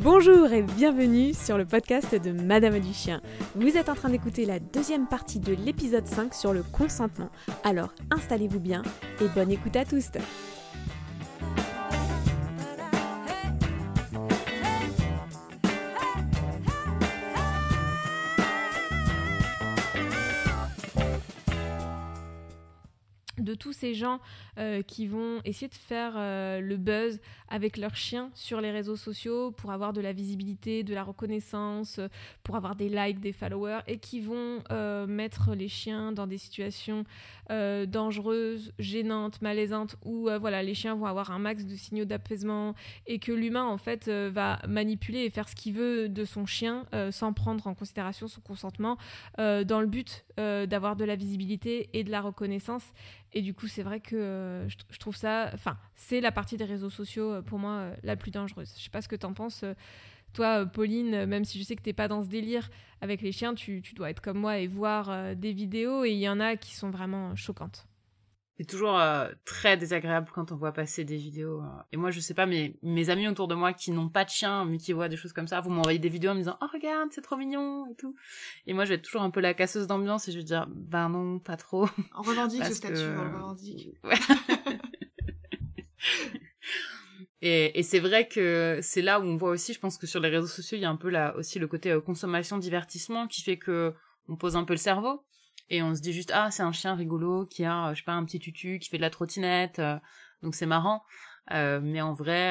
Bonjour et bienvenue sur le podcast de Madame du Chien. Vous êtes en train d'écouter la deuxième partie de l'épisode 5 sur le consentement. Alors installez-vous bien et bonne écoute à tous. De tous ces gens qui vont essayer de faire le buzz avec leurs chiens sur les réseaux sociaux pour avoir de la visibilité, de la reconnaissance, pour avoir des likes, des followers, et qui vont mettre les chiens dans des situations dangereuses, gênantes, malaisantes, où les chiens vont avoir un max de signaux d'apaisement et que l'humain en fait va manipuler et faire ce qu'il veut de son chien sans prendre en considération son consentement dans le but d'avoir de la visibilité et de la reconnaissance. Et du coup, c'est vrai que je trouve ça... Enfin, c'est la partie des réseaux sociaux, pour moi, la plus dangereuse. Je sais pas ce que t'en penses. Toi, Pauline, même si je sais que t'es pas dans ce délire avec les chiens, tu dois être comme moi et voir des vidéos. Et il y en a qui sont vraiment choquantes. C'est toujours très désagréable quand on voit passer des vidéos. Et moi, je sais pas, mais mes amis autour de moi qui n'ont pas de chien, mais qui voient des choses comme ça, vous m'envoyez des vidéos en me disant « Oh, regarde, c'est trop mignon !» et tout. Et moi, je vais être toujours un peu la casseuse d'ambiance et je vais dire « Ben non, pas trop. » On revendique ce statut, on le revendique. Ouais. Et c'est vrai que c'est là où on voit aussi, je pense que sur les réseaux sociaux, il y a un peu là aussi le côté consommation, divertissement qui fait que on pose un peu le cerveau. Et on se dit juste, ah, c'est un chien rigolo qui a, je sais pas, un petit tutu, qui fait de la trottinette, donc c'est marrant. Mais en vrai,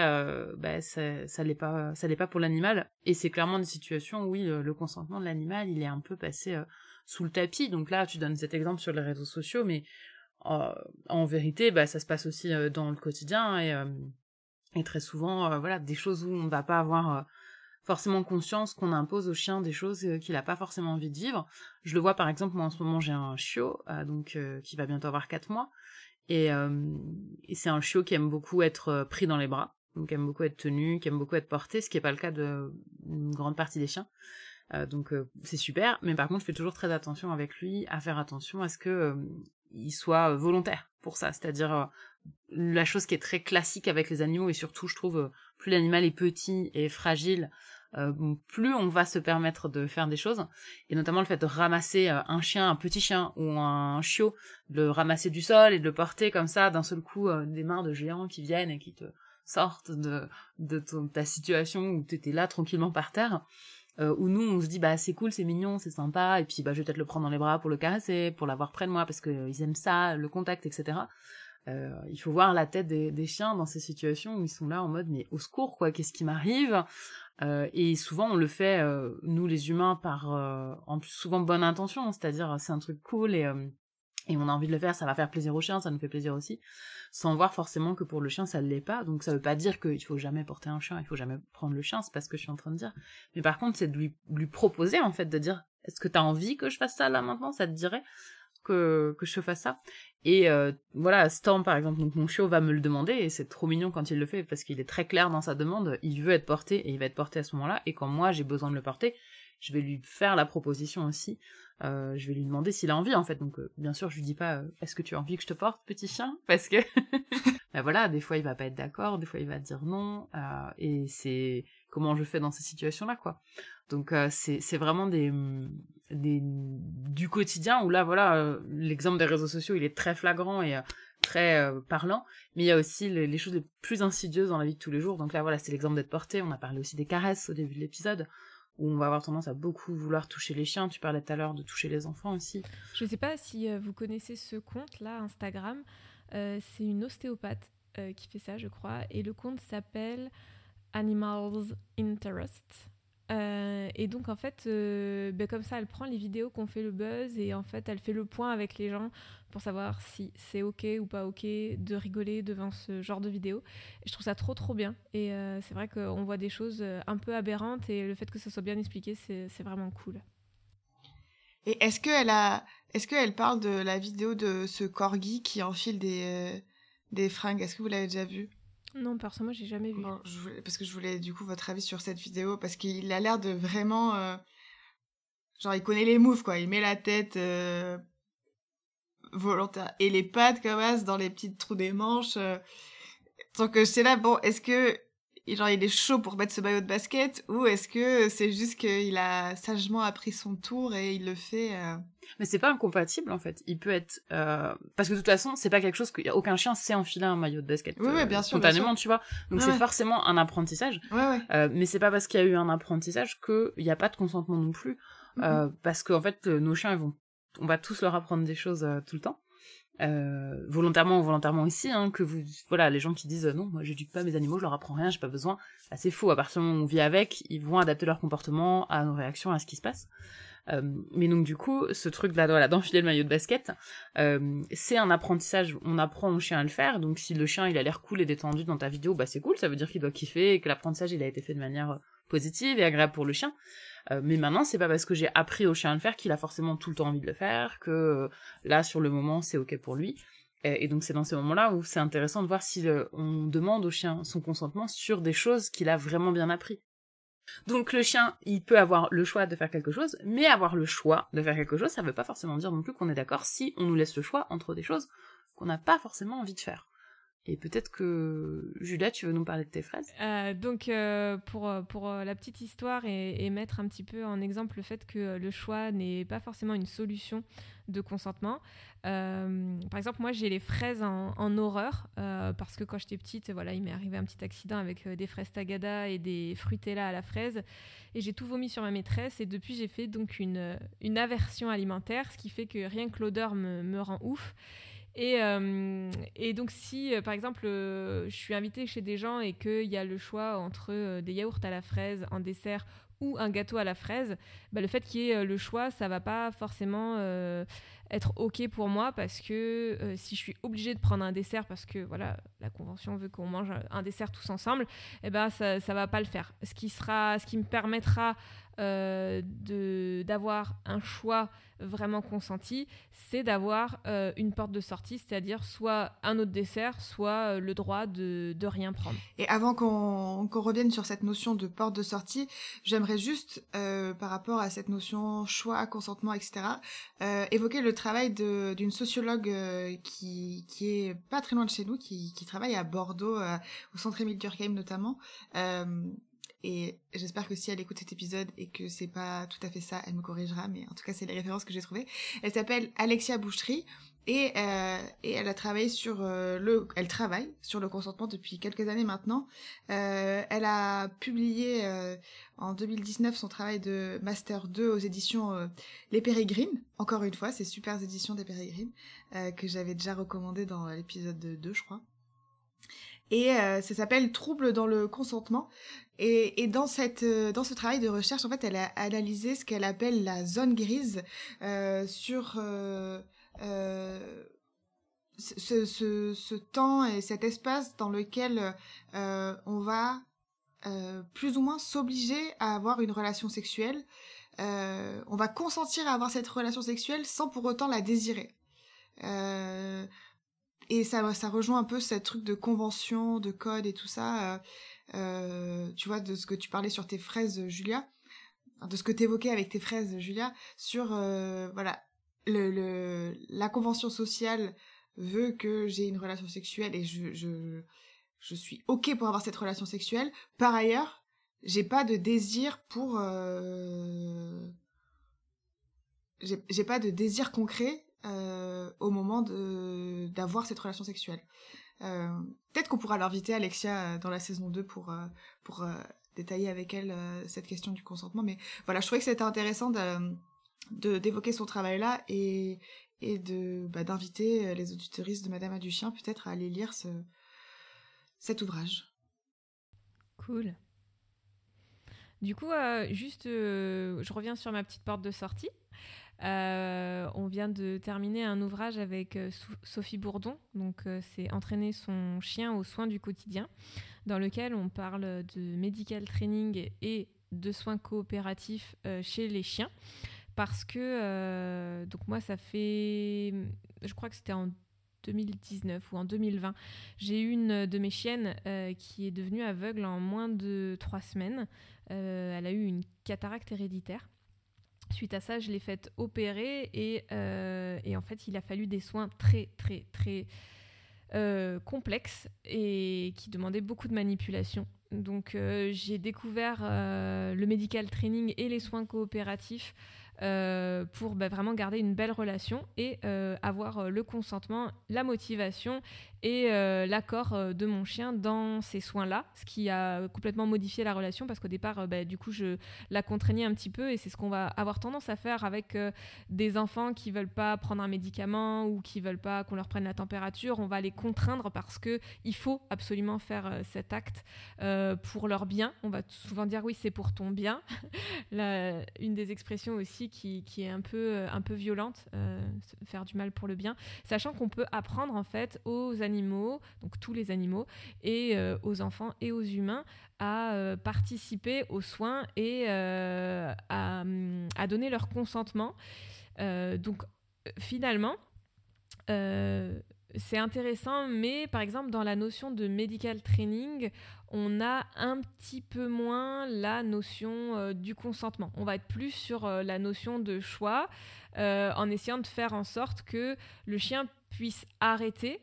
ça l'est pas pour l'animal. Et c'est clairement des situations où, oui, le consentement de l'animal, il est un peu passé sous le tapis. Donc là, tu donnes cet exemple sur les réseaux sociaux, mais en vérité, ça se passe aussi dans le quotidien. Et très souvent, des choses où on ne va pas avoir... forcément conscience qu'on impose au chien des choses qu'il a pas forcément envie de vivre. Je le vois par exemple, moi en ce moment j'ai un chiot, qui va bientôt avoir 4 mois, et c'est un chiot qui aime beaucoup être pris dans les bras, donc qui aime beaucoup être tenu, qui aime beaucoup être porté, ce qui est pas le cas d'une grande partie des chiens. Donc c'est super, mais par contre je fais toujours très attention avec lui, à faire attention à ce que il soit volontaire pour ça, c'est-à-dire la chose qui est très classique avec les animaux, et surtout je trouve plus l'animal est petit et fragile, plus on va se permettre de faire des choses, et notamment le fait de ramasser un petit chien ou un chiot, de le ramasser du sol et de le porter comme ça d'un seul coup, des mains de géants qui viennent et qui te sortent de ta situation où t'étais là tranquillement par terre, où nous on se dit c'est cool, c'est mignon, c'est sympa, et puis je vais peut-être le prendre dans les bras pour le caresser, pour l'avoir près de moi parce que ils aiment ça, le contact, etc. Il faut voir la tête des chiens dans ces situations où ils sont là en mode mais au secours quoi, qu'est-ce qui m'arrive, et souvent on le fait nous les humains par en plus souvent bonne intention, c'est-à-dire c'est un truc cool et on a envie de le faire, ça va faire plaisir au chien, ça nous fait plaisir aussi, sans voir forcément que pour le chien ça ne l'est pas. Donc ça veut pas dire qu'il faut jamais porter un chien, il faut jamais prendre le chien, c'est pas ce que je suis en train de dire, mais par contre c'est de lui proposer en fait, de dire est-ce que t'as envie que je fasse ça là maintenant, ça te dirait que je fasse ça. Et Storm par exemple, donc mon chiot va me le demander, et c'est trop mignon quand il le fait parce qu'il est très clair dans sa demande, il veut être porté et il va être porté à ce moment-là, et quand moi j'ai besoin de le porter, je vais lui faire la proposition aussi, je vais lui demander s'il a envie en fait, donc bien sûr je lui dis pas est-ce que tu as envie que je te porte petit chien, parce que des fois il va pas être d'accord, des fois il va dire non, et c'est comment je fais dans ces situations là quoi. Donc c'est vraiment du quotidien où là l'exemple des réseaux sociaux il est très flagrant et très parlant, mais il y a aussi les choses les plus insidieuses dans la vie de tous les jours. Donc là c'est l'exemple d'être porté, on a parlé aussi des caresses au début de l'épisode, où on va avoir tendance à beaucoup vouloir toucher les chiens, tu parlais tout à l'heure de toucher les enfants aussi. Je sais pas si vous connaissez ce compte là, Instagram, c'est une ostéopathe qui fait ça je crois, et le compte s'appelle Animals Interest. Et donc en fait comme ça elle prend les vidéos qu'on fait le buzz, et en fait elle fait le point avec les gens pour savoir si c'est ok ou pas ok de rigoler devant ce genre de vidéos. Et je trouve ça trop bien, et c'est vrai qu'on voit des choses un peu aberrantes, et le fait que ça soit bien expliqué c'est vraiment cool. Et est-ce qu'elle parle de la vidéo de ce corgi qui enfile des fringues? Est-ce que vous l'avez déjà vu? Non, perso, moi j'ai jamais vu. Bon, parce que je voulais du coup votre avis sur cette vidéo, parce qu'il a l'air de vraiment genre il connaît les moves quoi, il met la tête volontaire et les pattes comme ça dans les petits trous des manches, donc c'est là, bon, est-ce que genre il est chaud pour mettre ce maillot de basket, ou est-ce que c'est juste qu'il a sagement appris son tour et il le fait Mais c'est pas incompatible en fait. Il peut être parce que de toute façon, c'est pas quelque chose aucun chien sait enfiler un maillot de basket oui, bien sûr, spontanément, tu vois. Donc Ouais, c'est ouais. forcément un apprentissage. Ouais. Mais c'est pas parce qu'il y a eu un apprentissage qu'il n'y a pas de consentement non plus. Parce qu'en fait, nos chiens, on va tous leur apprendre des choses tout le temps. Volontairement ou involontairement aussi, hein, voilà, les gens qui disent non, moi j'éduque pas mes animaux, je leur apprends rien, j'ai pas besoin, bah, c'est faux. À partir du moment où on vit avec, ils vont adapter leur comportement à nos réactions, à ce qui se passe. Mais donc du coup, ce truc là, d'enfiler le maillot de basket, c'est un apprentissage. On apprend au chien à le faire. Donc si le chien il a l'air cool et détendu dans ta vidéo, bah c'est cool, ça veut dire qu'il doit kiffer et que l'apprentissage il a été fait de manière positive et agréable pour le chien. Mais maintenant, c'est pas parce que j'ai appris au chien à le faire qu'il a forcément tout le temps envie de le faire, que là, sur le moment, c'est ok pour lui. Et donc, c'est dans ces moments-là où c'est intéressant de voir si on demande au chien son consentement sur des choses qu'il a vraiment bien appris. Donc, le chien, il peut avoir le choix de faire quelque chose, mais avoir le choix de faire quelque chose, ça veut pas forcément dire non plus qu'on est d'accord si on nous laisse le choix entre des choses qu'on n'a pas forcément envie de faire. Et peut-être que, Julia, tu veux nous parler de tes fraises ? Donc, pour la petite histoire et mettre un petit peu en exemple le fait que le choix n'est pas forcément une solution de consentement. Par exemple, moi, j'ai les fraises en horreur parce que quand j'étais petite, voilà, il m'est arrivé un petit accident avec des fraises Tagada et des fruitella à la fraise et j'ai tout vomi sur ma maîtresse et depuis, j'ai fait donc une aversion alimentaire, ce qui fait que rien que l'odeur me rend ouf. Et donc si par exemple je suis invitée chez des gens et qu'il y a le choix entre des yaourts à la fraise en dessert ou un gâteau à la fraise, bah, le fait qu'il y ait le choix, ça va pas forcément être ok pour moi parce que si je suis obligée de prendre un dessert parce que voilà, la convention veut qu'on mange un dessert tous ensemble, et ben ça va pas le faire. Ce qui me permettra d'avoir un choix vraiment consenti, c'est d'avoir une porte de sortie, c'est-à-dire soit un autre dessert, soit le droit de rien prendre. Et avant qu'on revienne sur cette notion de porte de sortie, j'aimerais juste, par rapport à cette notion choix, consentement, etc., évoquer le travail d'une sociologue qui est pas très loin de chez nous, qui travaille à Bordeaux, au centre Émile Durkheim notamment. Et j'espère que si elle écoute cet épisode et que c'est pas tout à fait ça, elle me corrigera, mais en tout cas c'est les références que j'ai trouvées. Elle s'appelle Alexia Boucherie et elle a travaillé elle travaille sur le consentement depuis quelques années maintenant. Elle a publié en 2019 son travail de Master 2 aux éditions Les Pérégrines. Encore une fois, ces super éditions des Pérégrines que j'avais déjà recommandé dans l'épisode 2, je crois. Et ça s'appelle Troubles dans le consentement. Et dans ce travail de recherche, en fait, elle a analysé ce qu'elle appelle la zone grise sur ce temps et cet espace dans lequel on va plus ou moins s'obliger à avoir une relation sexuelle. On va consentir à avoir cette relation sexuelle sans pour autant la désirer. Et ça rejoint un peu ce truc de convention, de code et tout ça. Tu vois, de ce que tu parlais sur tes fraises, Julia, de ce que t'évoquais avec tes fraises, Julia, sur voilà, la convention sociale veut que j'ai une relation sexuelle et je suis ok pour avoir cette relation sexuelle. Par ailleurs, j'ai pas de désir pour j'ai pas de désir concret au moment d'avoir cette relation sexuelle. Peut-être qu'on pourra l'inviter, Alexia, dans la saison 2 pour détailler avec elle cette question du consentement. Mais voilà, je trouvais que c'était intéressant d'évoquer son travail-là et d'inviter les auditeuristes de Madame Aduchien peut-être à aller lire cet ouvrage. Cool. Du coup, je reviens sur ma petite porte de sortie. On vient de terminer un ouvrage avec Sophie Bourdon, donc c'est Entraîner son chien aux soins du quotidien, dans lequel on parle de medical training et de soins coopératifs chez les chiens, parce que donc moi ça fait, je crois que c'était en 2019 ou en 2020, j'ai eu une de mes chiennes qui est devenue aveugle en moins de 3 semaines. Elle a eu une cataracte héréditaire. Suite à ça, je l'ai faite opérer et en fait, il a fallu des soins très, très, très complexe et qui demandait beaucoup de manipulation. Donc j'ai découvert le medical training et les soins coopératifs pour vraiment garder une belle relation et avoir le consentement, la motivation et l'accord de mon chien dans ces soins-là, ce qui a complètement modifié la relation parce qu'au départ, du coup, je la contraignais un petit peu et c'est ce qu'on va avoir tendance à faire avec des enfants qui veulent pas prendre un médicament ou qui veulent pas qu'on leur prenne la température. On va les contraindre parce qu'il faut absolument faire cet acte pour leur bien. On va souvent dire oui, c'est pour ton bien. Une des expressions aussi qui est un peu violente, faire du mal pour le bien, sachant qu'on peut apprendre en fait aux animaux, donc tous les animaux, et aux enfants et aux humains à participer aux soins et à donner leur consentement. Donc finalement, c'est intéressant, mais par exemple dans la notion de medical training, on a un petit peu moins la notion du consentement. On va être plus sur la notion de choix, en essayant de faire en sorte que le chien puisse arrêter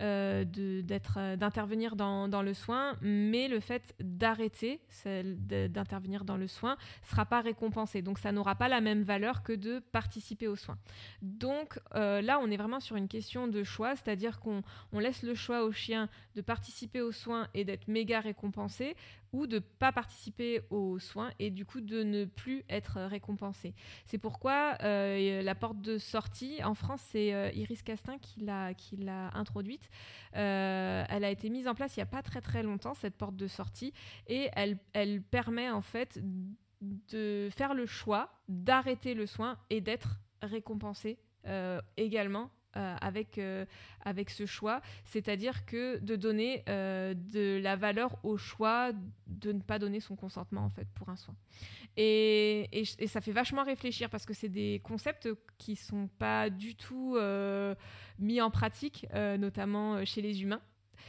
d'intervenir dans le soin, mais le fait d'arrêter d'intervenir dans le soin ne sera pas récompensé. Donc ça n'aura pas la même valeur que de participer aux soins. Donc là, on est vraiment sur une question de choix, c'est-à-dire qu'on laisse le choix au chien de participer aux soins et d'être méga récompensé, ou de ne pas participer aux soins et du coup de ne plus être récompensé. C'est pourquoi la porte de sortie, en France, c'est Iris Castin qui l'a introduite. Elle a été mise en place il n'y a pas très très longtemps, cette porte de sortie, et elle permet en fait de faire le choix d'arrêter le soin et d'être récompensé également avec ce choix, c'est-à-dire que de donner de la valeur au choix de ne pas donner son consentement en fait pour un soin. Et ça fait vachement réfléchir parce que c'est des concepts qui sont pas du tout mis en pratique, notamment chez les humains.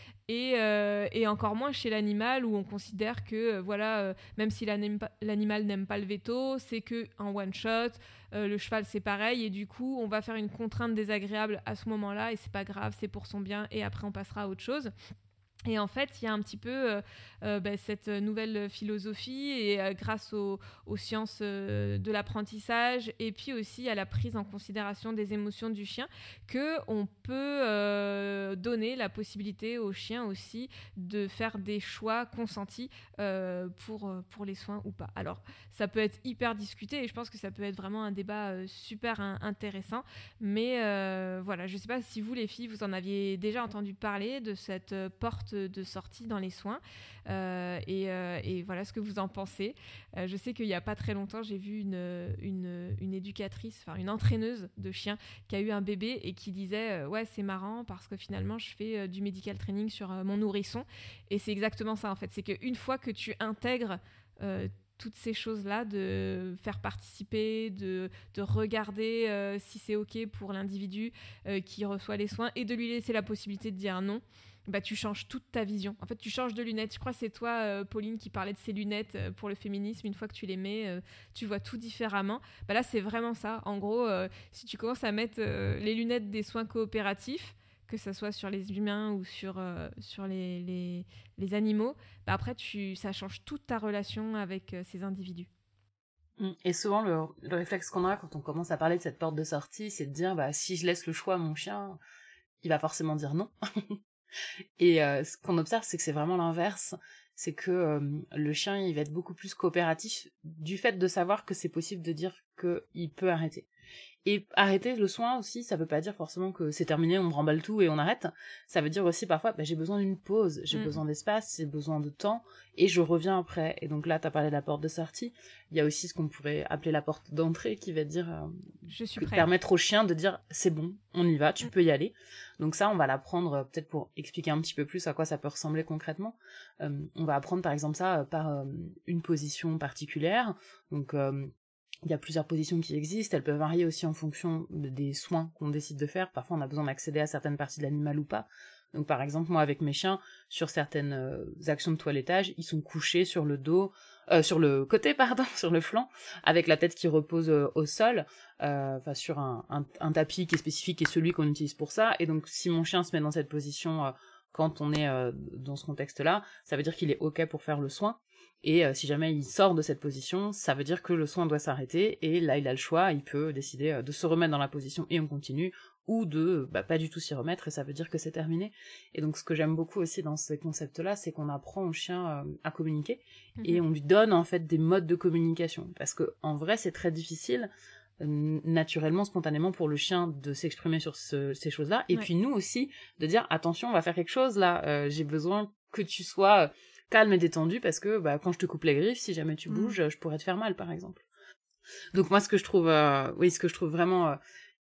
Et encore moins chez l'animal où on considère que même si l'animal n'aime pas le veto, c'est qu'un one-shot, le cheval c'est pareil et du coup on va faire une contrainte désagréable à ce moment-là et c'est pas grave, c'est pour son bien et après on passera à autre chose. Et en fait, il y a un petit peu cette nouvelle philosophie et grâce aux sciences de l'apprentissage et puis aussi à la prise en considération des émotions du chien qu'on peut donner la possibilité au chien aussi de faire des choix consentis pour les soins ou pas. Alors, ça peut être hyper discuté et je pense que ça peut être vraiment un débat super intéressant. Mais voilà, je ne sais pas si vous, les filles, vous en aviez déjà entendu parler de cette porte de sortie dans les soins et voilà ce que vous en pensez. Je sais qu'il n'y a pas très longtemps j'ai vu une éducatrice, enfin une entraîneuse de chiens qui a eu un bébé et qui disait ouais c'est marrant parce que finalement je fais du medical training sur mon nourrisson et c'est exactement ça en fait, c'est qu'une fois que tu intègres toutes ces choses-là, de faire participer, de regarder si c'est OK pour l'individu qui reçoit les soins et de lui laisser la possibilité de dire non, bah, tu changes toute ta vision. En fait, tu changes de lunettes. Je crois que c'est toi, Pauline, qui parlait de ces lunettes pour le féminisme. Une fois que tu les mets, tu vois tout différemment. Bah, là, c'est vraiment ça. En gros, si tu commences à mettre les lunettes des soins coopératifs, que ce soit sur les humains ou sur les animaux, bah après, ça change toute ta relation avec ces individus. Et souvent, le réflexe qu'on a quand on commence à parler de cette porte de sortie, c'est de dire, bah, si je laisse le choix à mon chien, il va forcément dire non. Et ce qu'on observe, c'est que c'est vraiment l'inverse. C'est que le chien, il va être beaucoup plus coopératif du fait de savoir que c'est possible de dire qu'il peut arrêter. Et arrêter le soin aussi, ça veut pas dire forcément que c'est terminé, on remballe tout et on arrête. Ça veut dire aussi parfois, j'ai besoin d'une pause, j'ai besoin d'espace, j'ai besoin de temps, et je reviens après. Et donc là, t'as parlé de la porte de sortie. Il y a aussi ce qu'on pourrait appeler la porte d'entrée, qui va dire je suis prête. Permettre au chien de dire c'est bon, on y va, tu peux y aller. Donc ça, on va l'apprendre peut-être pour expliquer un petit peu plus à quoi ça peut ressembler concrètement. On va apprendre par exemple ça par une position particulière. Donc il y a plusieurs positions qui existent, elles peuvent varier aussi en fonction des soins qu'on décide de faire. Parfois, on a besoin d'accéder à certaines parties de l'animal ou pas. Donc, par exemple, moi, avec mes chiens, sur certaines actions de toilettage, ils sont couchés sur le dos, sur le côté, pardon, sur le flanc, avec la tête qui repose au sol, sur un tapis qui est spécifique et celui qu'on utilise pour ça. Et donc, si mon chien se met dans cette position quand on est dans ce contexte-là, ça veut dire qu'il est OK pour faire le soin. Et si jamais il sort de cette position, ça veut dire que le soin doit s'arrêter, et là il a le choix, il peut décider de se remettre dans la position et on continue, ou de pas du tout s'y remettre, et ça veut dire que c'est terminé. Et donc ce que j'aime beaucoup aussi dans ce concept-là, c'est qu'on apprend au chien à communiquer, et on lui donne en fait des modes de communication, parce que en vrai c'est très difficile, naturellement, spontanément pour le chien de s'exprimer sur ces choses-là, et puis nous aussi, de dire attention, on va faire quelque chose là, j'ai besoin que tu sois calme et détendu, parce que quand je te coupe les griffes, si jamais tu bouges, je pourrais te faire mal, par exemple. Donc moi, ce que je trouve vraiment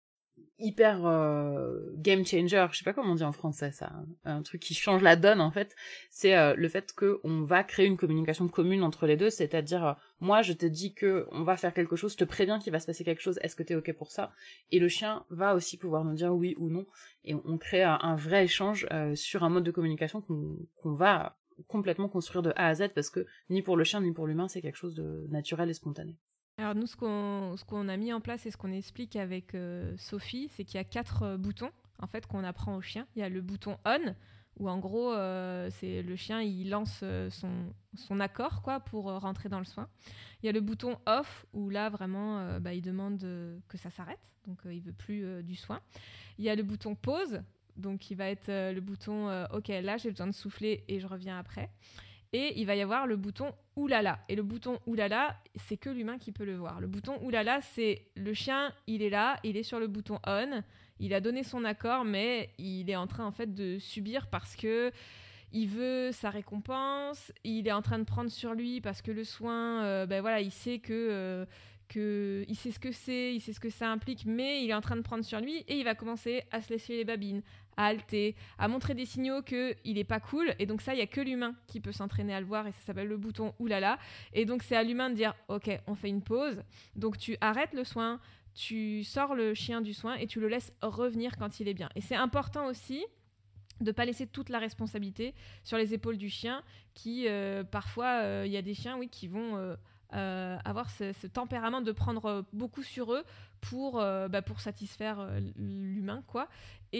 hyper game changer, je sais pas comment on dit en français ça, un truc qui change la donne en fait, c'est le fait qu'on va créer une communication commune entre les deux, c'est-à-dire moi je te dis que on va faire quelque chose, je te préviens qu'il va se passer quelque chose, est-ce que t'es ok pour ça? Et le chien va aussi pouvoir nous dire oui ou non, et on crée un vrai échange sur un mode de communication qu'on va complètement construire de A à Z, parce que ni pour le chien ni pour l'humain c'est quelque chose de naturel et spontané. Alors nous, ce qu'on a mis en place et ce qu'on explique avec Sophie, c'est qu'il y a 4 boutons en fait qu'on apprend au chien. Il y a le bouton on, où en gros c'est le chien, il lance son accord quoi pour rentrer dans le soin. Il y a le bouton off, où là vraiment il demande que ça s'arrête, donc il veut plus du soin. Il y a le bouton pause, donc qui va être le bouton ok, là j'ai besoin de souffler et je reviens après. Et il va y avoir le bouton oulala. Et le bouton oulala, c'est que l'humain qui peut le voir. Le bouton oulala, c'est le chien, il est là, il est sur le bouton on, il a donné son accord, mais il est en train en fait de subir parce que il veut sa récompense, il est en train de prendre sur lui parce que le soin, il sait que il sait ce que c'est, il sait ce que ça implique, mais il est en train de prendre sur lui et il va commencer à se lécher les babines, à halter, à montrer des signaux qu'il est pas cool. Et donc ça, il y a que l'humain qui peut s'entraîner à le voir, et ça s'appelle le bouton oulala. Et donc c'est à l'humain de dire ok, on fait une pause. Donc tu arrêtes le soin, tu sors le chien du soin et tu le laisses revenir quand il est bien. Et c'est important aussi de ne pas laisser toute la responsabilité sur les épaules du chien, qui parfois il y a des chiens qui vont avoir ce tempérament de prendre beaucoup sur eux pour satisfaire l'humain quoi.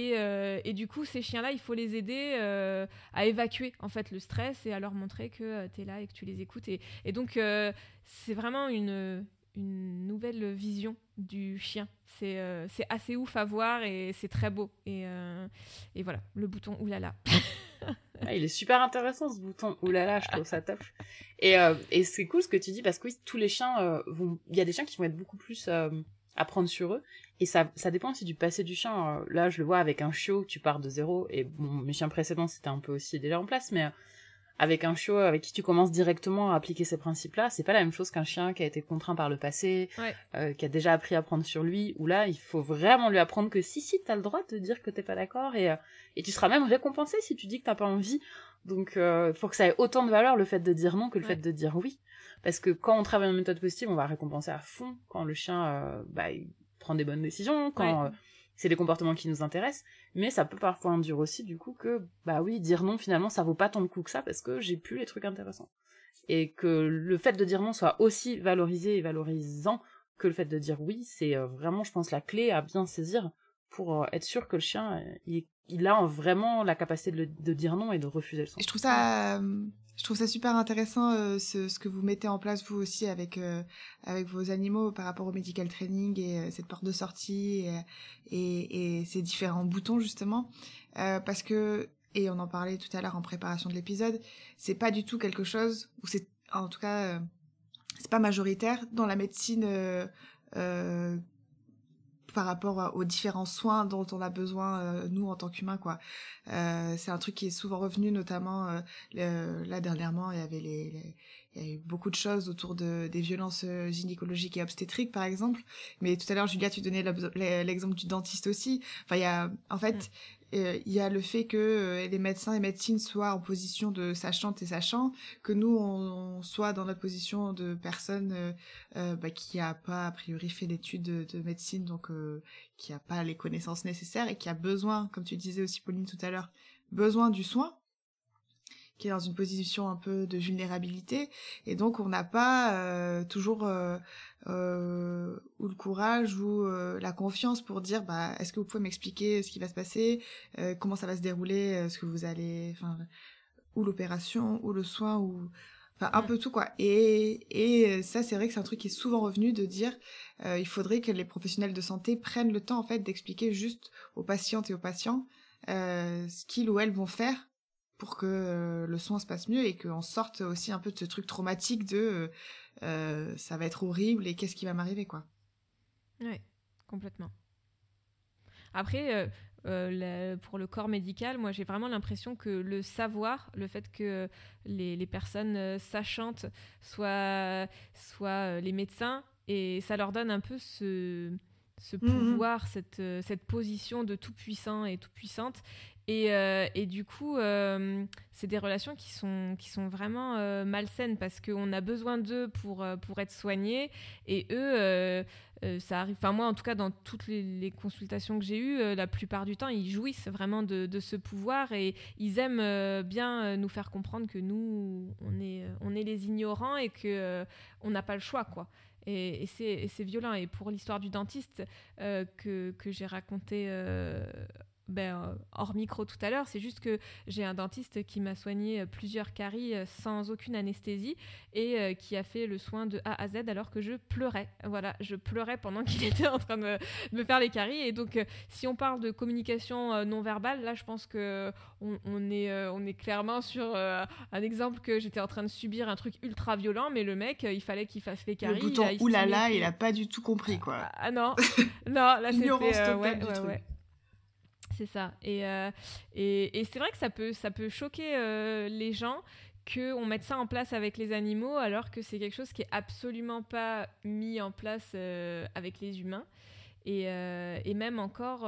Et du coup ces chiens là, il faut les aider à évacuer en fait le stress et à leur montrer que tu es là et que tu les écoutes, et donc c'est vraiment une nouvelle vision du chien. C'est assez ouf à voir et c'est très beau, et voilà, le bouton oulala. Il est super intéressant ce bouton oulala, je trouve ça top. Et c'est cool ce que tu dis, parce que oui, tous les chiens il y a des chiens qui vont être beaucoup plus à prendre sur eux, et ça dépend aussi du passé du chien. Là je le vois avec un chiot, tu pars de zéro, et bon, mes chiens précédents c'était un peu aussi déjà en place, mais avec un chiot avec qui tu commences directement à appliquer ces principes-là, c'est pas la même chose qu'un chien qui a été contraint par le passé, qui a déjà appris à prendre sur lui, où là, il faut vraiment lui apprendre que si, t'as le droit de dire que t'es pas d'accord, et tu seras même récompensé si tu dis que t'as pas envie. Donc, faut que ça ait autant de valeur, le fait de dire non, que le fait de dire oui. Parce que quand on travaille en méthode positive, on va récompenser à fond quand le chien il prend des bonnes décisions, quand c'est des comportements qui nous intéressent, mais ça peut parfois induire aussi du coup que dire non finalement ça vaut pas tant le coup que ça, parce que j'ai plus les trucs intéressants, et que le fait de dire non soit aussi valorisé et valorisant que le fait de dire oui, c'est vraiment je pense la clé à bien saisir pour être sûr que le chien il a vraiment la capacité de dire non et de refuser le soin. Je trouve ça super intéressant ce que vous mettez en place vous aussi avec vos animaux par rapport au medical training et cette porte de sortie et ces différents boutons justement, parce que, et on en parlait tout à l'heure en préparation de l'épisode, c'est pas du tout quelque chose, ou c'est en tout cas c'est pas majoritaire dans la médecine par rapport aux différents soins dont on a besoin nous en tant qu'humains quoi. C'est un truc qui est souvent revenu, notamment là dernièrement il y a eu beaucoup de choses autour des violences gynécologiques et obstétriques par exemple, mais tout à l'heure Julia tu donnais l'exemple du dentiste aussi. Enfin il y a en fait il y a le fait que les médecins et médecines soient en position de sachantes et sachants, que nous on soit dans notre position de personne qui a pas a priori fait d'études de médecine, donc qui a pas les connaissances nécessaires et qui a besoin, comme tu disais aussi Pauline tout à l'heure, besoin du soin, qui est dans une position un peu de vulnérabilité, et donc on n'a pas toujours ou le courage ou la confiance pour dire est-ce que vous pouvez m'expliquer ce qui va se passer, comment ça va se dérouler, ce que vous allez, enfin, ou l'opération ou le soin, ou enfin un peu tout quoi. Et ça, c'est vrai que c'est un truc qui est souvent revenu, de dire il faudrait que les professionnels de santé prennent le temps en fait d'expliquer juste aux patientes et aux patients ce qu'ils ou elles vont faire pour que le soin se passe mieux, et qu'on sorte aussi un peu de ce truc traumatique de ça va être horrible et qu'est-ce qui va m'arriver, quoi. Ouais, complètement. Après, pour le corps médical, moi j'ai vraiment l'impression que le savoir, le fait que les personnes sachantes soient les médecins, et ça leur donne un peu ce pouvoir, cette position de tout puissant et toute puissante. Et du coup, c'est des relations qui sont vraiment malsaines, parce qu'on a besoin d'eux pour être soignés, et eux, ça arrive. Enfin, moi, en tout cas, dans toutes les consultations que j'ai eues, la plupart du temps, ils jouissent vraiment de ce pouvoir, et ils aiment bien nous faire comprendre que nous, on est les ignorants, et que on n'a pas le choix, quoi. Et c'est violent. Et pour l'histoire du dentiste que j'ai raconté hors micro tout à l'heure, c'est juste que j'ai un dentiste qui m'a soigné plusieurs caries sans aucune anesthésie, et qui a fait le soin de A à Z alors que je pleurais. Voilà, je pleurais pendant qu'il était en train de me faire les caries. Et donc, si on parle de communication non verbale, là, je pense que on est clairement sur un exemple que j'étais en train de subir un truc ultra violent, mais le mec, il fallait qu'il fasse les caries. Le bouton oulala, il a pas du tout compris, quoi. Ah non, non, là Ignorance c'était totale du truc. ouais. C'est ça. Et c'est vrai que ça peut choquer les gens qu'on mette ça en place avec les animaux, alors que c'est quelque chose qui est absolument pas mis en place avec les humains. Et même encore,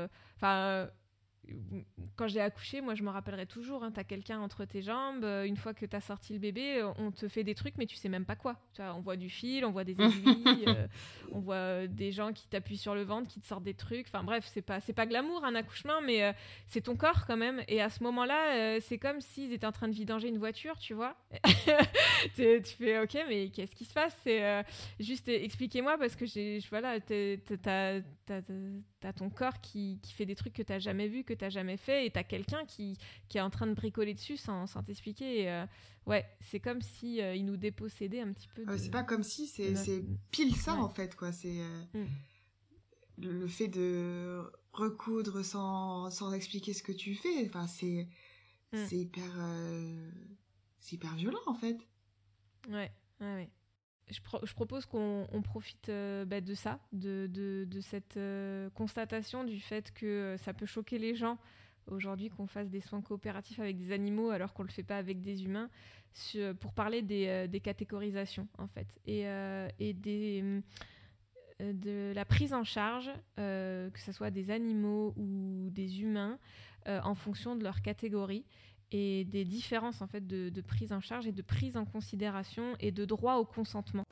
quand j'ai accouché, moi je me rappellerai toujours, t'as quelqu'un entre tes jambes, une fois que t'as sorti le bébé, on te fait des trucs mais tu sais même pas quoi. Tu vois, on voit du fil, on voit des aiguilles, on voit des gens qui t'appuient sur le ventre, qui te sortent des trucs. Enfin bref, c'est pas glamour un accouchement, mais c'est ton corps quand même. Et à ce moment-là, c'est comme s'ils étaient en train de vidanger une voiture, tu vois. Tu fais ok, mais qu'est-ce qui se passe? C'est juste expliquez-moi, parce que t'as ton corps qui fait des trucs que t'as jamais vu, que t'as jamais fait, et t'as quelqu'un qui est en train de bricoler dessus sans t'expliquer. Et, ouais, c'est comme si il nous dépossédait un petit peu. C'est pas comme si, c'est pile ça, en fait, quoi. C'est le fait de recoudre sans expliquer ce que tu fais. Enfin, c'est hyper violent, en fait. Ouais. Je propose qu'on profite de ça, de cette constatation du fait que ça peut choquer les gens aujourd'hui qu'on fasse des soins coopératifs avec des animaux alors qu'on ne le fait pas avec des humains, pour parler des catégorisations en fait, et de la prise en charge, que ce soit des animaux ou des humains, en fonction de leur catégorie, et des différences en fait de prise en charge et de prise en considération et de droit au consentement.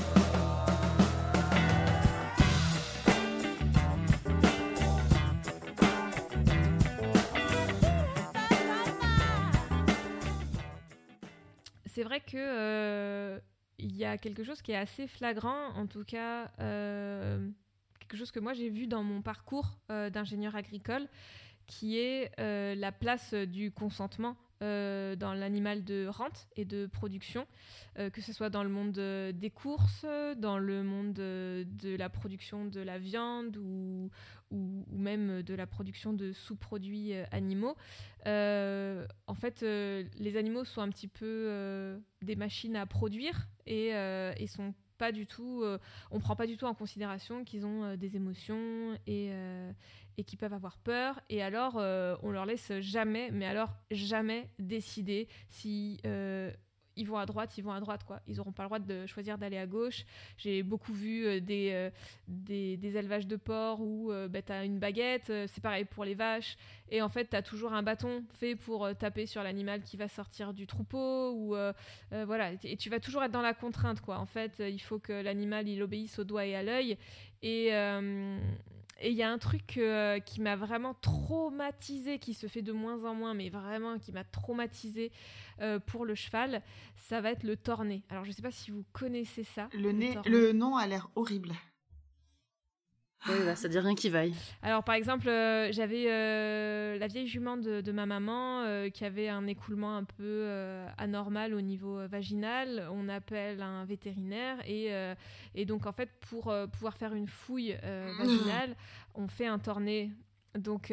C'est vrai que y a quelque chose qui est assez flagrant, en tout cas quelque chose que moi j'ai vu dans mon parcours d'ingénieur agricole, qui est la place du consentement dans l'animal de rente et de production, que ce soit dans le monde des courses, dans le monde de la production de la viande, ou même de la production de sous-produits animaux. En fait, les animaux sont un petit peu des machines à produire, et sont pas du tout, on prend pas du tout en considération qu'ils ont des émotions, et qui peuvent avoir peur. Et alors on leur laisse jamais, mais alors jamais décider si ils vont à droite, quoi. Ils n'auront pas le droit de choisir d'aller à gauche. J'ai beaucoup vu des élevages de porcs où tu as une baguette, c'est pareil pour les vaches, et en fait, tu as toujours un bâton fait pour taper sur l'animal qui va sortir du troupeau, ou voilà, et tu vas toujours être dans la contrainte, quoi. En fait, il faut que l'animal, il obéisse au doigt et à l'œil, et il y a un truc qui m'a vraiment traumatisée, qui se fait de moins en moins, mais vraiment qui m'a traumatisée pour le cheval, ça va être le torné. Alors, je ne sais pas si vous connaissez ça. Le nom a l'air horrible. Oui, bah, ça dit rien qui vaille. Alors, par exemple, j'avais la vieille jument de ma maman qui avait un écoulement un peu anormal au niveau vaginal. On appelle un vétérinaire et donc, en fait, pour pouvoir faire une fouille vaginale, on fait un torné. Donc,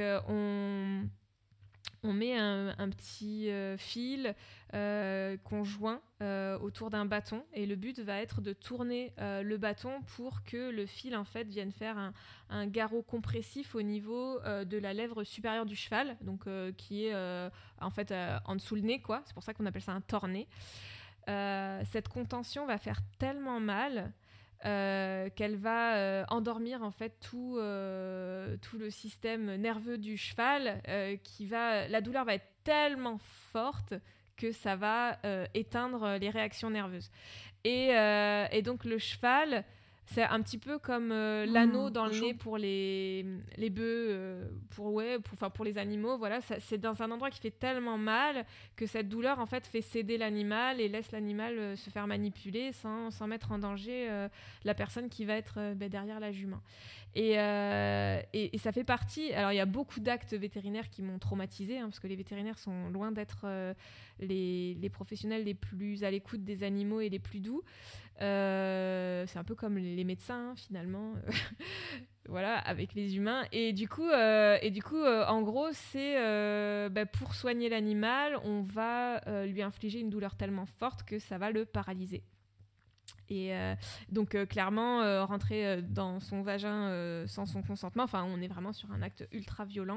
on met un petit fil qu'on joint autour d'un bâton, et le but va être de tourner le bâton pour que le fil en fait vienne faire un garrot compressif au niveau de la lèvre supérieure du cheval, donc qui est en fait en dessous le nez, quoi. C'est pour ça qu'on appelle ça un torné. Cette contention va faire tellement mal qu'elle va endormir en fait tout le système nerveux du cheval, la douleur va être tellement forte que ça va éteindre les réactions nerveuses. Et donc le cheval, c'est un petit peu comme l'anneau dans le nez pour les bœufs, pour les animaux. Voilà, c'est dans un endroit qui fait tellement mal que cette douleur en fait fait céder l'animal et laisse l'animal se faire manipuler sans mettre en danger la personne qui va être derrière la jument. Et ça fait partie. Alors il y a beaucoup d'actes vétérinaires qui m'ont traumatisée, parce que les vétérinaires sont loin d'être les professionnels les plus à l'écoute des animaux et les plus doux. C'est un peu comme les médecins finalement, voilà, avec les humains. Et du coup, en gros, c'est pour soigner l'animal, on va lui infliger une douleur tellement forte que ça va le paralyser. Et donc clairement rentrer dans son vagin sans son consentement, enfin on est vraiment sur un acte ultra violent,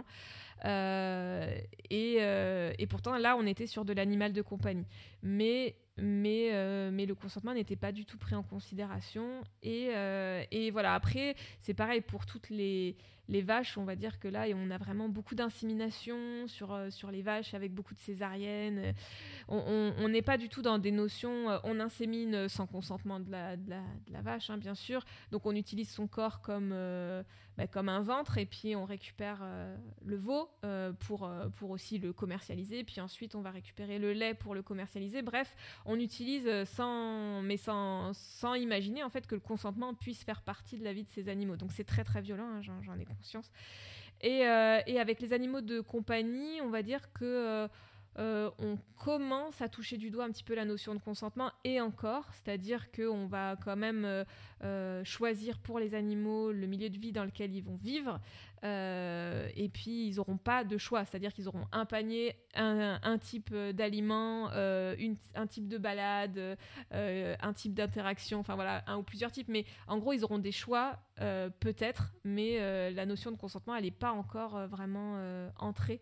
et pourtant là on était sur de l'animal de compagnie, mais le consentement n'était pas du tout pris en considération, et voilà. Après c'est pareil pour toutes les vaches, on va dire que là on a vraiment beaucoup d'insémination sur les vaches, avec beaucoup de césariennes. On n'est pas du tout dans des notions, on insémine sans consentement de la vache, bien sûr, donc on utilise son corps comme un ventre, et puis on récupère le veau pour aussi le commercialiser, puis ensuite on va récupérer le lait pour le commercialiser. Bref, on utilise sans imaginer en fait que le consentement puisse faire partie de la vie de ces animaux. Donc c'est très très violent, j'en ai conscience. Et avec les animaux de compagnie, on va dire que on commence à toucher du doigt un petit peu la notion de consentement, et encore, c'est-à-dire qu'on va quand même choisir pour les animaux le milieu de vie dans lequel ils vont vivre, et puis ils n'auront pas de choix, c'est-à-dire qu'ils auront un panier, un type d'aliment, un type de balade, un type d'interaction, enfin voilà, un ou plusieurs types, mais en gros ils auront des choix peut-être, mais la notion de consentement elle n'est pas encore vraiment entrée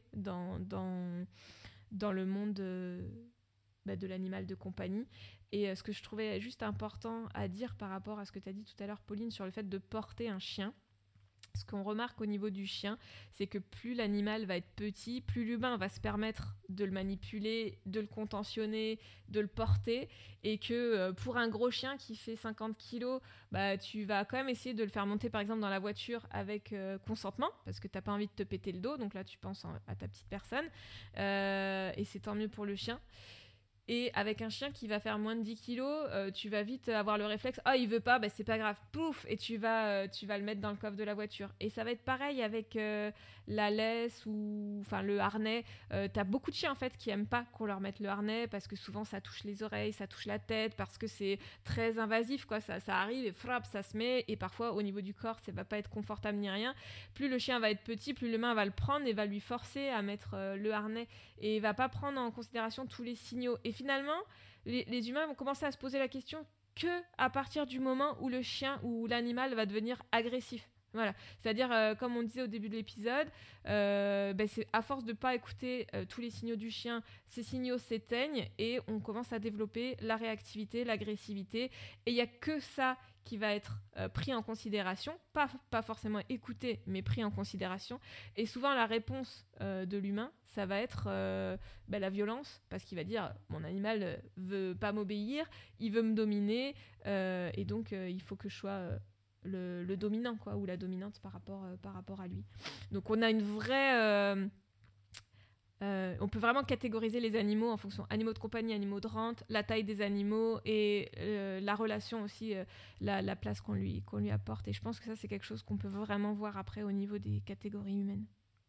dans le monde de l'animal de compagnie. Et ce que je trouvais juste important à dire par rapport à ce que tu as dit tout à l'heure, Pauline, sur le fait de porter un chien, ce qu'on remarque au niveau du chien, c'est que plus l'animal va être petit, plus l'humain va se permettre de le manipuler, de le contentionner, de le porter, et que pour un gros chien qui fait 50 kilos, tu vas quand même essayer de le faire monter par exemple dans la voiture avec consentement, parce que t'as pas envie de te péter le dos, donc là tu penses à ta petite personne, et c'est tant mieux pour le chien. Et avec un chien qui va faire moins de 10 kilos, tu vas vite avoir le réflexe « Ah, il veut pas, c'est pas grave, pouf !» Et tu vas le mettre dans le coffre de la voiture. Et ça va être pareil avec la laisse ou le harnais. T'as beaucoup de chiens en fait qui aiment pas qu'on leur mette le harnais, parce que souvent ça touche les oreilles, ça touche la tête, parce que c'est très invasif, quoi. Ça arrive et frappe, ça se met, et parfois au niveau du corps ça va pas être confortable ni rien. Plus le chien va être petit, plus l'humain va le prendre et va lui forcer à mettre le harnais, et va pas prendre en considération tous les signaux. Et finalement, les humains vont commencer à se poser la question que à partir du moment où le chien ou l'animal va devenir agressif. Voilà, c'est-à-dire, comme on disait au début de l'épisode, c'est à force de ne pas écouter tous les signaux du chien, ces signaux s'éteignent et on commence à développer la réactivité, l'agressivité. Et il n'y a que ça qui va être pris en considération, pas forcément écouté, mais pris en considération. Et souvent, la réponse de l'humain, ça va être la violence, parce qu'il va dire « mon animal veut pas m'obéir, il veut me dominer, et donc il faut que je sois... le dominant, quoi, ou la dominante par rapport à lui. » Donc on a une vraie... on peut vraiment catégoriser les animaux en fonction animaux de compagnie, animaux de rente, la taille des animaux et la relation aussi, la place qu'on lui apporte. Et je pense que ça, c'est quelque chose qu'on peut vraiment voir après au niveau des catégories humaines.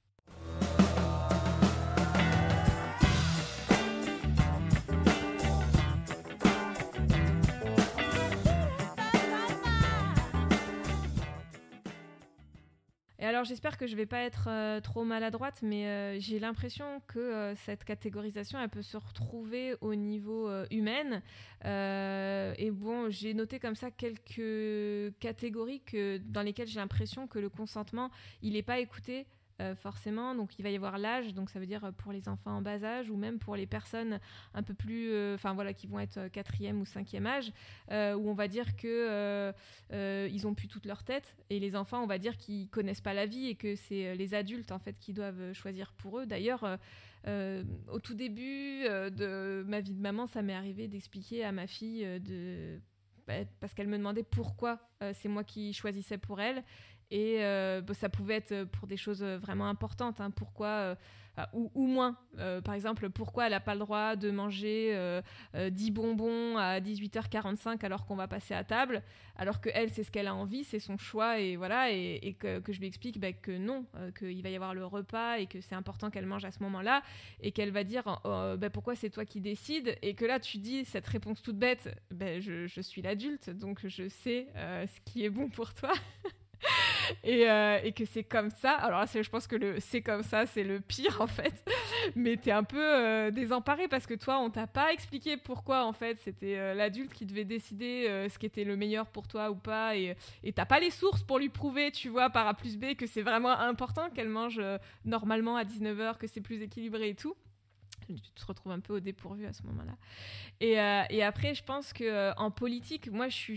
Et alors j'espère que je vais pas être trop maladroite, mais j'ai l'impression que cette catégorisation, elle peut se retrouver au niveau humain. Et bon, j'ai noté comme ça quelques catégories dans lesquelles j'ai l'impression que le consentement, il n'est pas écouté. Forcément, donc il va y avoir l'âge, donc ça veut dire pour les enfants en bas âge ou même pour les personnes un peu plus, qui vont être 4e ou 5e âge, où on va dire que ils ont plus toute leur tête, et les enfants, on va dire qu'ils connaissent pas la vie et que c'est les adultes en fait qui doivent choisir pour eux. D'ailleurs, au tout début de ma vie de maman, ça m'est arrivé d'expliquer à ma fille parce qu'elle me demandait pourquoi c'est moi qui choisissais pour elle. Et ça pouvait être pour des choses vraiment importantes, hein. Pourquoi, ou moins. Par exemple, pourquoi elle n'a pas le droit de manger 10 bonbons à 18h45 alors qu'on va passer à table, alors qu'elle, c'est ce qu'elle a envie, c'est son choix, et voilà, et que je lui explique que non, qu'il va y avoir le repas et que c'est important qu'elle mange à ce moment-là, et qu'elle va dire pourquoi c'est toi qui décides, et que là tu dis cette réponse toute bête, je suis l'adulte, donc je sais ce qui est bon pour toi. Et que c'est comme ça. Alors là, je pense que le c'est comme ça, c'est le pire en fait. Mais t'es un peu désemparé parce que toi, on t'a pas expliqué pourquoi en fait c'était l'adulte qui devait décider ce qui était le meilleur pour toi ou pas. Et t'as pas les sources pour lui prouver, tu vois, par A plus B, que c'est vraiment important qu'elle mange normalement à 19h, que c'est plus équilibré et tout. Tu te retrouves un peu au dépourvu à ce moment-là. Et après, je pense qu'en politique, moi, je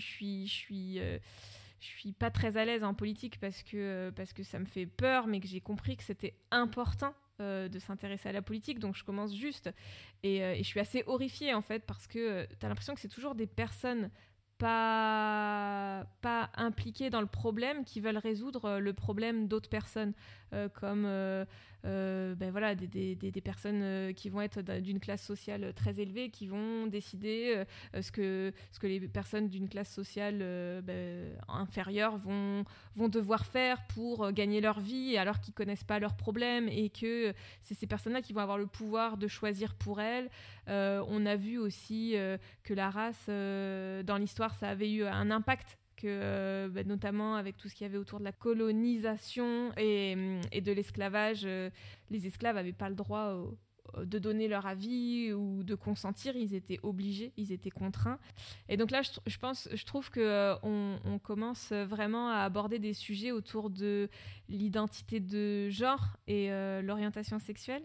suis pas très à l'aise en politique parce que ça me fait peur, mais que j'ai compris que c'était important de s'intéresser à la politique, donc je commence juste. Et je suis assez horrifiée, en fait, parce que t'as l'impression que c'est toujours des personnes pas impliquées dans le problème qui veulent résoudre le problème d'autres personnes, comme des personnes qui vont être d'une classe sociale très élevée, qui vont décider ce que les personnes d'une classe sociale inférieure vont devoir faire pour gagner leur vie, alors qu'ils connaissent pas leurs problèmes, et que c'est ces personnes-là qui vont avoir le pouvoir de choisir pour elles. On a vu aussi que la race, dans l'histoire, ça avait eu un impact, notamment avec tout ce qu'il y avait autour de la colonisation et de l'esclavage. Les esclaves n'avaient pas le droit de donner leur avis ou de consentir, ils étaient obligés, ils étaient contraints. Et donc là, je trouve qu'on commence vraiment à aborder des sujets autour de l'identité de genre et l'orientation sexuelle.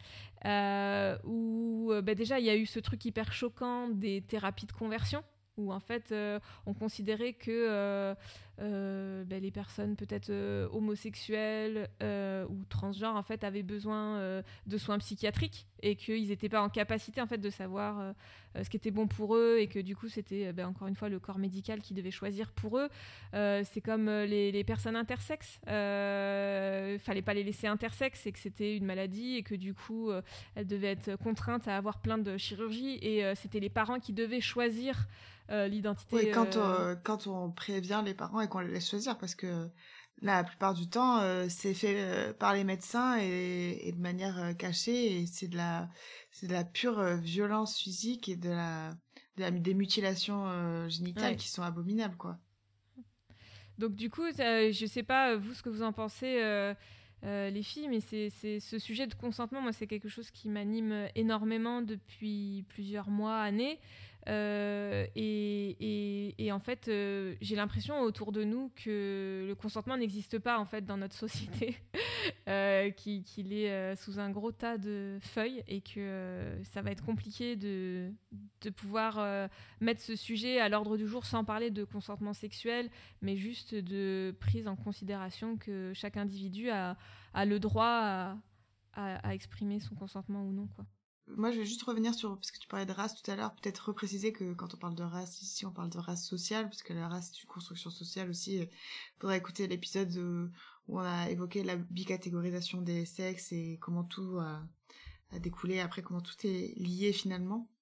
Où déjà il y a eu ce truc hyper choquant des thérapies de conversion, où en fait on considérait que les personnes peut-être homosexuelles ou transgenres en fait avaient besoin de soins psychiatriques, et qu'ils n'étaient pas en capacité en fait de savoir ce qui était bon pour eux, et que du coup c'était encore une fois le corps médical qui devait choisir pour eux. C'est comme les personnes intersexes, fallait pas les laisser intersexes, et que c'était une maladie, et que du coup elles devaient être contraintes à avoir plein de chirurgies, et c'était les parents qui devaient choisir l'identité. Oui, quand on prévient les parents et qu'on les laisse choisir, parce que la plupart du temps, c'est fait par les médecins et de manière cachée, et c'est de la pure violence physique et des mutilations génitales qui sont abominables, quoi. Donc du coup, je sais pas vous ce que vous en pensez, les filles, mais c'est ce sujet de consentement, moi c'est quelque chose qui m'anime énormément depuis plusieurs mois, années. Et en fait, j'ai l'impression autour de nous que le consentement n'existe pas en fait dans notre société, qu'il est sous un gros tas de feuilles et que ça va être compliqué de pouvoir mettre ce sujet à l'ordre du jour sans parler de consentement sexuel, mais juste de prise en considération que chaque individu a le droit à exprimer son consentement ou non, quoi. Moi, je vais juste revenir sur, parce que tu parlais de race tout à l'heure, peut-être repréciser que quand on parle de race, ici, on parle de race sociale, parce que la race, c'est une construction sociale aussi. Faudrait écouter l'épisode où on a évoqué la bicatégorisation des sexes et comment tout a découlé, après comment tout est lié finalement.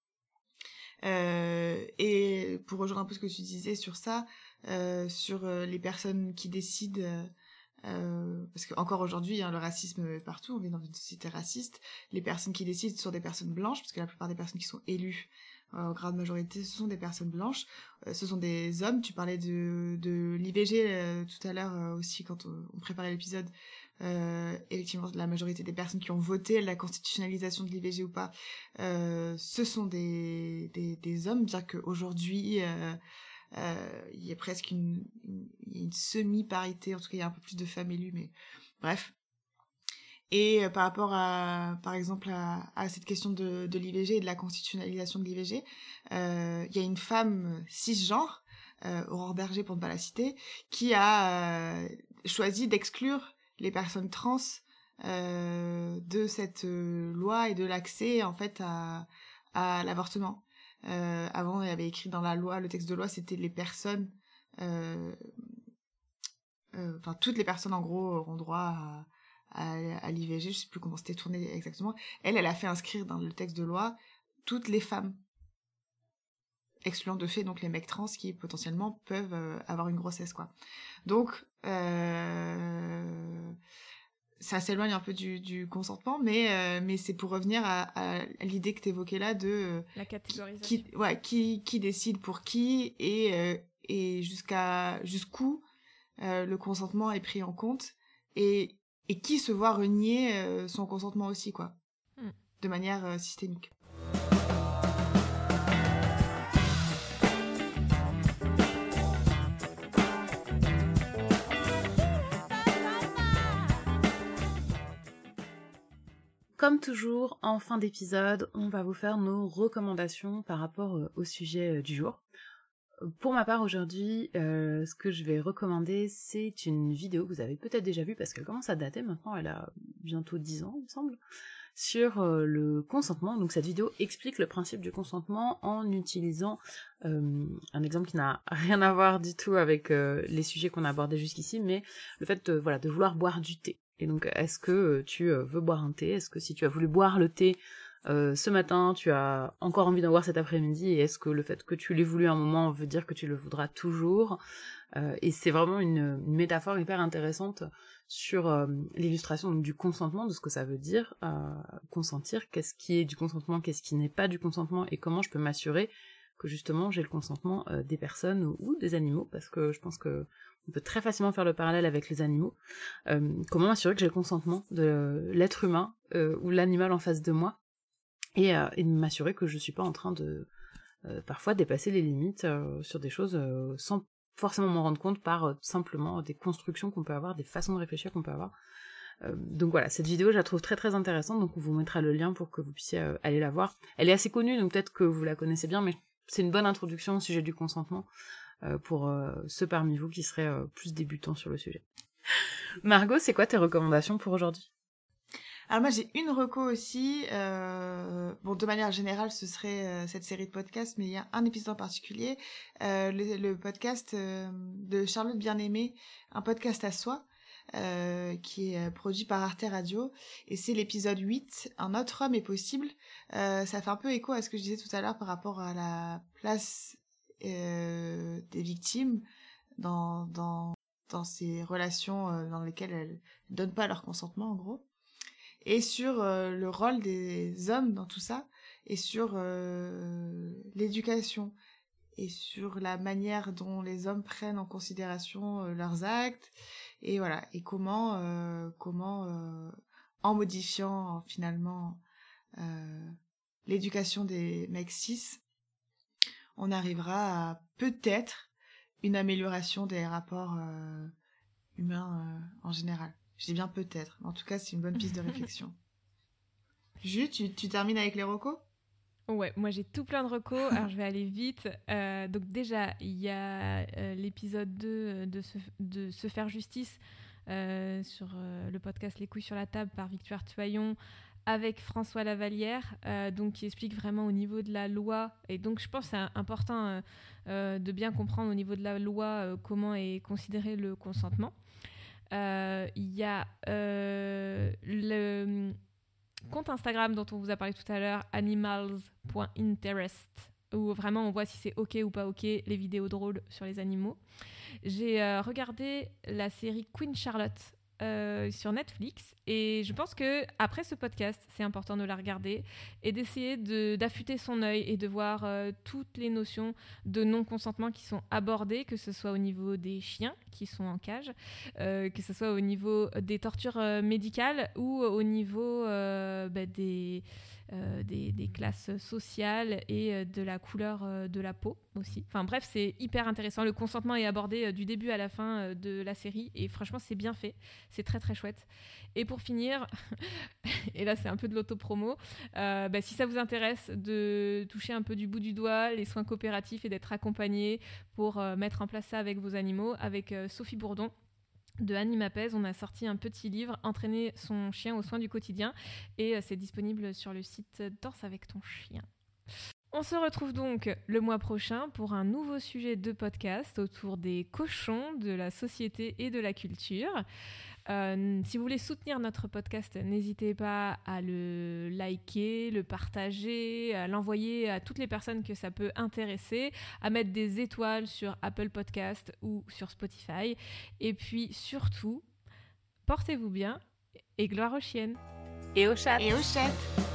Et pour rejoindre un peu ce que tu disais sur ça, sur les personnes qui décident... parce qu'encore aujourd'hui, le racisme est partout, on vit dans une société raciste. Les personnes qui décident sont des personnes blanches, parce que la plupart des personnes qui sont élues en grande majorité, ce sont des personnes blanches. Ce sont des hommes. Tu parlais de l'IVG tout à l'heure aussi quand on préparait l'épisode. Effectivement, la majorité des personnes qui ont voté la constitutionnalisation de l'IVG ou pas, ce sont des hommes, bien qu'aujourd'hui... il y a presque une semi-parité, en tout cas il y a un peu plus de femmes élues, mais bref. Et par rapport par exemple à cette question de l'IVG et de la constitutionnalisation de l'IVG, il y a une femme cisgenre, Aurore Berger pour ne pas la citer, qui a choisi d'exclure les personnes trans de cette loi et de l'accès en fait à l'avortement. Avant, il y avait écrit dans la loi, le texte de loi, c'était les personnes, enfin toutes les personnes en gros auront droit à l'IVG. Je sais plus comment c'était tourné exactement. Elle a fait inscrire dans le texte de loi toutes les femmes, excluant de fait donc les mecs trans qui potentiellement peuvent avoir une grossesse, quoi. Donc ça s'éloigne un peu du consentement, mais c'est pour revenir à l'idée que t'évoquais là de la catégorisation. Qui décide pour qui et jusqu'où le consentement est pris en compte et qui se voit renier son consentement aussi, quoi, de manière systémique. Comme toujours, en fin d'épisode, on va vous faire nos recommandations par rapport au sujet du jour. Pour ma part aujourd'hui, ce que je vais recommander, c'est une vidéo que vous avez peut-être déjà vue, parce qu'elle commence à dater maintenant, elle a bientôt 10 ans, il me semble, sur le consentement. Donc cette vidéo explique le principe du consentement en utilisant un exemple qui n'a rien à voir du tout avec les sujets qu'on a abordés jusqu'ici, mais le fait de vouloir boire du thé. Et donc, est-ce que tu veux boire un thé ? Est-ce que si tu as voulu boire le thé ce matin, tu as encore envie d'en boire cet après-midi ? Et est-ce que le fait que tu l'aies voulu un moment veut dire que tu le voudras toujours ? Et c'est vraiment une métaphore hyper intéressante sur l'illustration du consentement, de ce que ça veut dire, consentir, qu'est-ce qui est du consentement, qu'est-ce qui n'est pas du consentement, et comment je peux m'assurer que justement j'ai le consentement des personnes ou des animaux, parce que je pense que on peut très facilement faire le parallèle avec les animaux. Comment m'assurer que j'ai le consentement de l'être humain ou l'animal en face de moi, et de m'assurer que je suis pas en train de parfois dépasser les limites sur des choses sans forcément m'en rendre compte par simplement des constructions qu'on peut avoir, des façons de réfléchir qu'on peut avoir. Donc voilà, cette vidéo je la trouve très très intéressante, donc on vous mettra le lien pour que vous puissiez aller la voir. Elle est assez connue, donc peut-être que vous la connaissez bien, mais c'est une bonne introduction au sujet du consentement pour ceux parmi vous qui seraient plus débutants sur le sujet. Margot, c'est quoi tes recommandations pour aujourd'hui ? Alors moi j'ai une reco aussi, bon de manière générale ce serait cette série de podcasts, mais il y a un épisode en particulier, le podcast de Charlotte Bien-Aimée, un podcast à soi, qui est produit par Arte Radio, et c'est l'épisode 8, Un autre homme est possible. Ça fait un peu écho à ce que je disais tout à l'heure par rapport à la place des victimes dans ces relations dans lesquelles elles donnent pas leur consentement en gros, et sur le rôle des hommes dans tout ça, et sur l'éducation, et sur la manière dont les hommes prennent en considération leurs actes, et voilà, et comment en modifiant finalement l'éducation des mecs cis, on arrivera à peut-être une amélioration des rapports humains en général. Je dis bien peut-être, en tout cas c'est une bonne piste de réflexion. Jus, tu termines avec les recos ? Ouais, moi j'ai tout plein de recos, alors je vais aller vite. Donc déjà, il y a l'épisode 2 de Se faire justice sur le podcast Les couilles sur la table par Victoire Tuaillon avec François Lavallière, donc qui explique vraiment au niveau de la loi. Et donc je pense que c'est important de bien comprendre au niveau de la loi comment est considéré le consentement. Il y a le compte Instagram dont on vous a parlé tout à l'heure, animals.interest, où vraiment on voit si c'est ok ou pas ok, les vidéos drôles sur les animaux. J'ai regardé la série Queen Charlotte sur Netflix et je pense que après ce podcast c'est important de la regarder et d'essayer d'affûter son œil et de voir toutes les notions de non-consentement qui sont abordées, que ce soit au niveau des chiens qui sont en cage, que ce soit au niveau des tortures médicales ou au niveau des classes sociales et de la couleur de la peau aussi. Enfin bref, c'est hyper intéressant. Le consentement est abordé du début à la fin de la série et franchement, c'est bien fait. C'est très très chouette. Et pour finir, et là c'est un peu de l'auto-promo, si ça vous intéresse de toucher un peu du bout du doigt les soins coopératifs et d'être accompagné pour mettre en place ça avec vos animaux, avec Sophie Bourdon de Animapèse, on a sorti un petit livre, Entraîner son chien aux soins du quotidien, et c'est disponible sur le site Danse avec ton chien. On se retrouve donc le mois prochain pour un nouveau sujet de podcast autour des cochons, de la société et de la culture. Si vous voulez soutenir notre podcast, n'hésitez pas à le liker, le partager, à l'envoyer à toutes les personnes que ça peut intéresser, à mettre des étoiles sur Apple Podcast ou sur Spotify. Et puis surtout, portez-vous bien et gloire aux chiennes. Et aux chats. Et aux chats.